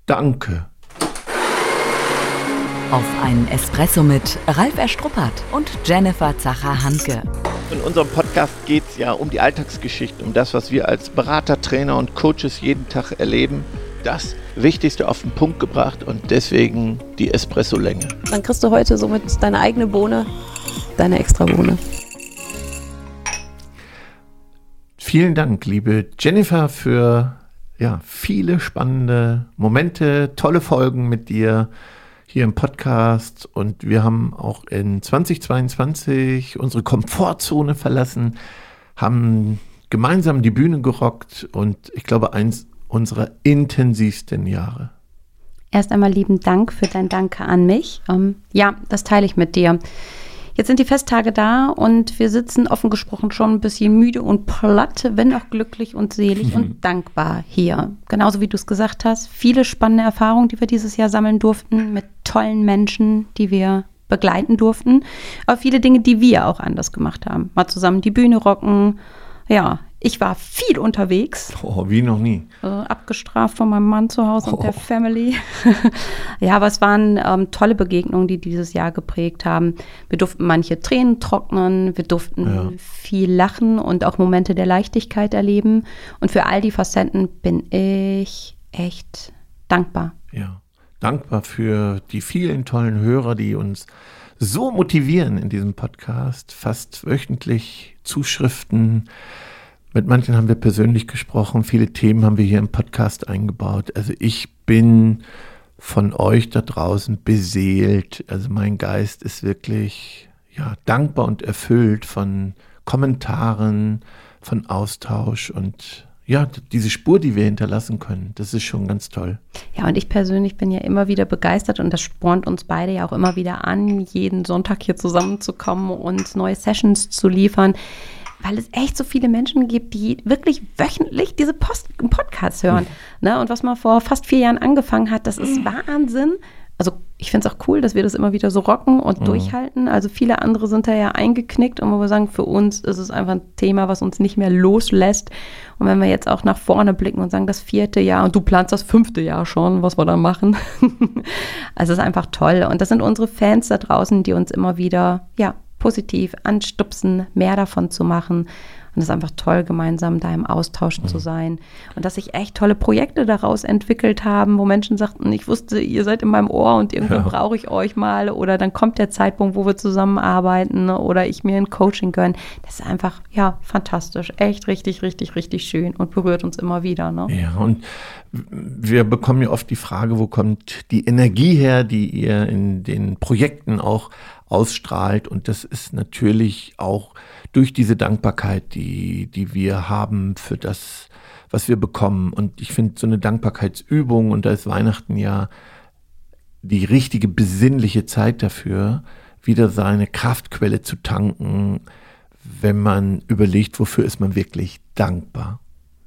Danke. Auf einen Espresso mit Ralf Erstruppert und Jennifer Zacher-Hanke. In unserem Podcast geht es ja um die Alltagsgeschichte, um das, was wir als Berater, Trainer und Coaches jeden Tag erleben. Das Wichtigste auf den Punkt gebracht und deswegen die Espresso-Länge. Dann kriegst du heute somit deine eigene Bohne, deine Extra-Bohne. Vielen Dank, liebe Jennifer, für viele spannende Momente, tolle Folgen mit dir hier im Podcast. Und wir haben auch in 2022 unsere Komfortzone verlassen, haben gemeinsam die Bühne gerockt und ich glaube, eins unserer intensivsten Jahre. Erst einmal lieben Dank für dein Danke an mich. Das teile ich mit dir. Jetzt sind die Festtage da und wir sitzen offen gesprochen schon ein bisschen müde und platt, wenn auch glücklich und selig und dankbar hier. Genauso wie du es gesagt hast, viele spannende Erfahrungen, die wir dieses Jahr sammeln durften, mit tollen Menschen, die wir begleiten durften, aber viele Dinge, die wir auch anders gemacht haben. Mal zusammen die Bühne rocken, ich war viel unterwegs. Oh, wie noch nie. Abgestraft von meinem Mann zu Hause und der Family. Aber es waren tolle Begegnungen, die dieses Jahr geprägt haben. Wir durften manche Tränen trocknen, wir durften viel lachen und auch Momente der Leichtigkeit erleben. Und für all die Facetten bin ich echt dankbar. Ja, dankbar für die vielen tollen Hörer, die uns so motivieren in diesem Podcast. Fast wöchentlich Zuschriften. Mit manchen haben wir persönlich gesprochen, viele Themen haben wir hier im Podcast eingebaut. Also ich bin von euch da draußen beseelt. Also mein Geist ist wirklich dankbar und erfüllt von Kommentaren, von Austausch und diese Spur, die wir hinterlassen können, das ist schon ganz toll. Ja, und ich persönlich bin ja immer wieder begeistert und das spornt uns beide ja auch immer wieder an, jeden Sonntag hier zusammenzukommen und neue Sessions zu liefern, weil es echt so viele Menschen gibt, die wirklich wöchentlich diese Podcasts hören. Ne? Und was man vor fast 4 Jahren angefangen hat, das ist Wahnsinn. Also ich finde es auch cool, dass wir das immer wieder so rocken und durchhalten. Also viele andere sind da ja eingeknickt und wo wir sagen, für uns ist es einfach ein Thema, was uns nicht mehr loslässt. Und wenn wir jetzt auch nach vorne blicken und sagen, das 4. Jahr und du planst das 5. Jahr schon, was wir da machen. Also es ist einfach toll. Und das sind unsere Fans da draußen, die uns immer wieder, positiv anstupsen, mehr davon zu machen. Und es ist einfach toll, gemeinsam da im Austausch zu sein. Und dass sich echt tolle Projekte daraus entwickelt haben, wo Menschen sagten, ich wusste, ihr seid in meinem Ohr und irgendwann brauche ich euch mal. Oder dann kommt der Zeitpunkt, wo wir zusammenarbeiten oder ich mir ein Coaching gönne. Das ist einfach, fantastisch. Echt richtig, richtig, richtig schön und berührt uns immer wieder. Ne? Ja, und wir bekommen ja oft die Frage, wo kommt die Energie her, die ihr in den Projekten auch ausstrahlt. Und das ist natürlich auch durch diese Dankbarkeit, die wir haben für das, was wir bekommen. Und ich finde so eine Dankbarkeitsübung, und da ist Weihnachten ja die richtige besinnliche Zeit dafür, wieder seine Kraftquelle zu tanken, wenn man überlegt, wofür ist man wirklich dankbar.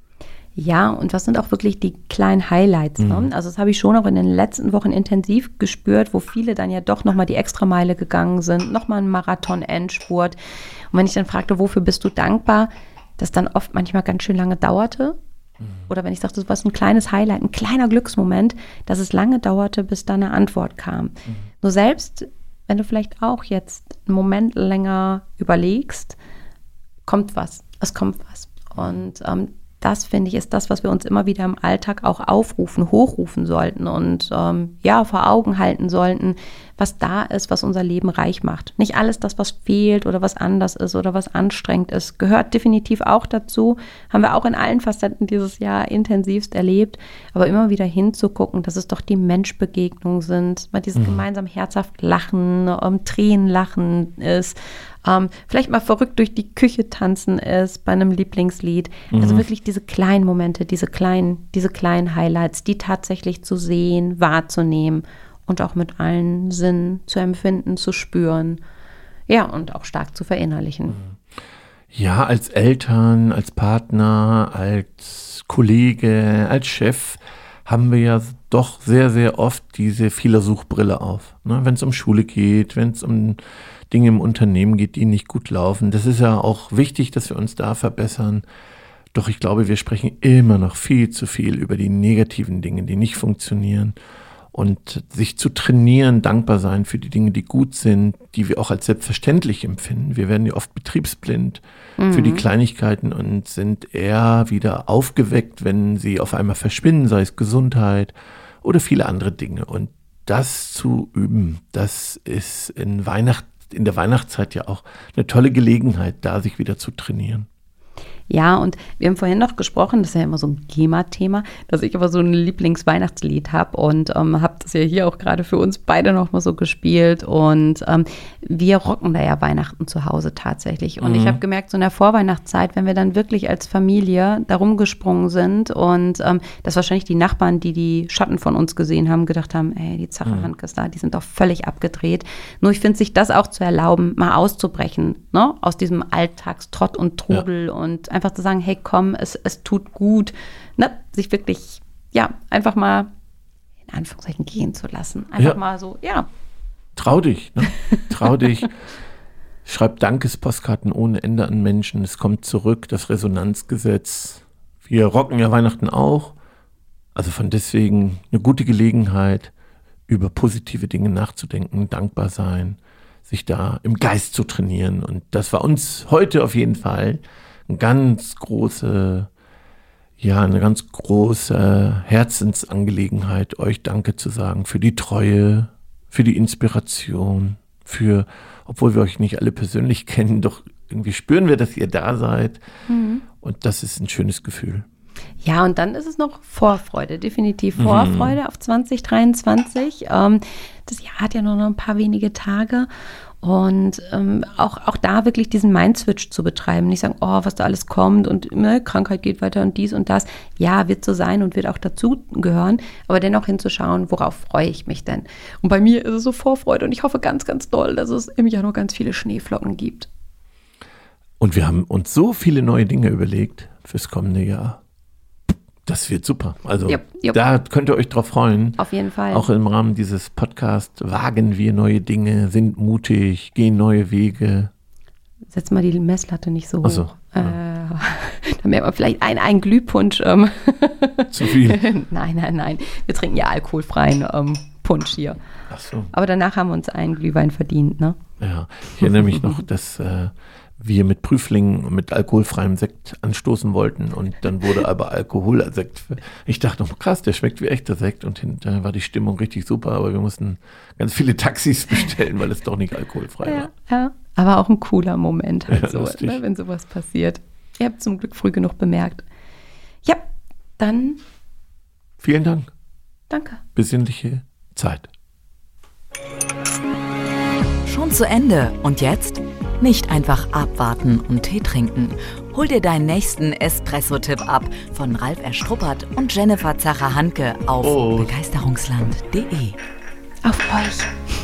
Ja, und was sind auch wirklich die kleinen Highlights? Ne? Also das habe ich schon auch in den letzten Wochen intensiv gespürt, wo viele dann ja doch nochmal die Extrameile gegangen sind, nochmal einen Marathon-Endspurt. Und wenn ich dann fragte, wofür bist du dankbar, das dann oft manchmal ganz schön lange dauerte. Oder wenn ich sagte, das war ein kleines Highlight, ein kleiner Glücksmoment, dass es lange dauerte, bis da eine Antwort kam. Nur selbst, wenn du vielleicht auch jetzt einen Moment länger überlegst, kommt was. Es kommt was. Und das, finde ich, ist das, was wir uns immer wieder im Alltag auch aufrufen, hochrufen sollten und vor Augen halten sollten, was da ist, was unser Leben reich macht. Nicht alles das, was fehlt oder was anders ist oder was anstrengend ist, gehört definitiv auch dazu. Haben wir auch in allen Facetten dieses Jahr intensivst erlebt. Aber immer wieder hinzugucken, dass es doch die Menschbegegnungen sind, mal dieses gemeinsam herzhaft Lachen, Tränen lachen ist, vielleicht mal verrückt durch die Küche tanzen ist bei einem Lieblingslied. Also wirklich diese kleinen Momente, diese kleinen Highlights, die tatsächlich zu sehen, wahrzunehmen und auch mit allen Sinnen zu empfinden, zu spüren. Ja, und auch stark zu verinnerlichen. Ja, als Eltern, als Partner, als Kollege, als Chef haben wir ja doch sehr, sehr oft diese Fehlersuchbrille auf. Ne? Wenn es um Schule geht, wenn es um Dinge im Unternehmen geht, die nicht gut laufen. Das ist ja auch wichtig, dass wir uns da verbessern. Doch ich glaube, wir sprechen immer noch viel zu viel über die negativen Dinge, die nicht funktionieren. Und sich zu trainieren, dankbar sein für die Dinge, die gut sind, die wir auch als selbstverständlich empfinden. Wir werden ja oft betriebsblind für die Kleinigkeiten und sind eher wieder aufgeweckt, wenn sie auf einmal verschwinden, sei es Gesundheit oder viele andere Dinge. Und das zu üben, das ist in der Weihnachtszeit ja auch eine tolle Gelegenheit, da sich wieder zu trainieren. Ja, und wir haben vorhin noch gesprochen, das ist ja immer so ein GEMA-Thema, dass ich aber so ein Lieblingsweihnachtslied habe und habe das ja hier auch gerade für uns beide noch mal so gespielt und wir rocken da ja Weihnachten zu Hause tatsächlich und ich habe gemerkt, so in der Vorweihnachtszeit, wenn wir dann wirklich als Familie da rumgesprungen sind und dass wahrscheinlich die Nachbarn, die die Schatten von uns gesehen haben, gedacht haben, ey, die Zacher-Handkes da, die sind doch völlig abgedreht. Nur ich finde, sich das auch zu erlauben, mal auszubrechen, ne? Aus diesem Alltagstrott und Trubel und einfach zu sagen, hey, komm, es tut gut, ne? Sich wirklich, ja, einfach mal in Anführungszeichen gehen zu lassen. Einfach mal so, ja. Trau dich, ne? Trau dich. Schreib Dankespostkarten ohne Ende an Menschen. Es kommt zurück, das Resonanzgesetz. Wir rocken ja Weihnachten auch. Also von deswegen eine gute Gelegenheit, über positive Dinge nachzudenken, dankbar sein, sich da im Geist zu trainieren. Und das war uns heute auf jeden Fall eine ganz große Herzensangelegenheit, euch Danke zu sagen für die Treue, für die Inspiration, obwohl wir euch nicht alle persönlich kennen, doch irgendwie spüren wir, dass ihr da seid. Und das ist ein schönes Gefühl. Ja, und dann ist es noch Vorfreude, definitiv Vorfreude auf 2023. Das Jahr hat ja nur noch ein paar wenige Tage. Und auch da wirklich diesen Mind-Switch zu betreiben. Nicht sagen, oh, was da alles kommt und Krankheit geht weiter und dies und das. Ja, wird so sein und wird auch dazu gehören. Aber dennoch hinzuschauen, worauf freue ich mich denn? Und bei mir ist es so Vorfreude und ich hoffe ganz, ganz doll, dass es im Januar ganz viele Schneeflocken gibt. Und wir haben uns so viele neue Dinge überlegt fürs kommende Jahr. Das wird super. Also da könnt ihr euch drauf freuen. Auf jeden Fall. Auch im Rahmen dieses Podcasts wagen wir neue Dinge, sind mutig, gehen neue Wege. Setz mal die Messlatte nicht so hoch. Ach so, Dann merkt man vielleicht ein Glühpunsch. Zu viel? Nein. Wir trinken ja alkoholfreien Punsch hier. Ach so. Aber danach haben wir uns einen Glühwein verdient, ne? Ja, ich erinnere mich noch, dass wir mit Prüflingen mit alkoholfreiem Sekt anstoßen wollten und dann wurde aber Alkoholsekt. Ich dachte noch, krass, der schmeckt wie echter Sekt und hinterher war die Stimmung richtig super, aber wir mussten ganz viele Taxis bestellen, weil es doch nicht alkoholfrei war. Ja, aber auch ein cooler Moment halt so, lustig. Wenn sowas passiert. Ihr habt zum Glück früh genug bemerkt. Ja, dann Vielen Dank. Danke. Besinnliche Zeit. Schon zu Ende. Und jetzt? Nicht einfach abwarten und Tee trinken. Hol dir deinen nächsten Espresso-Tipp ab von Ralf Erstruppert und Jennifer Zacher-Handke auf begeisterungsland.de. Auf euch.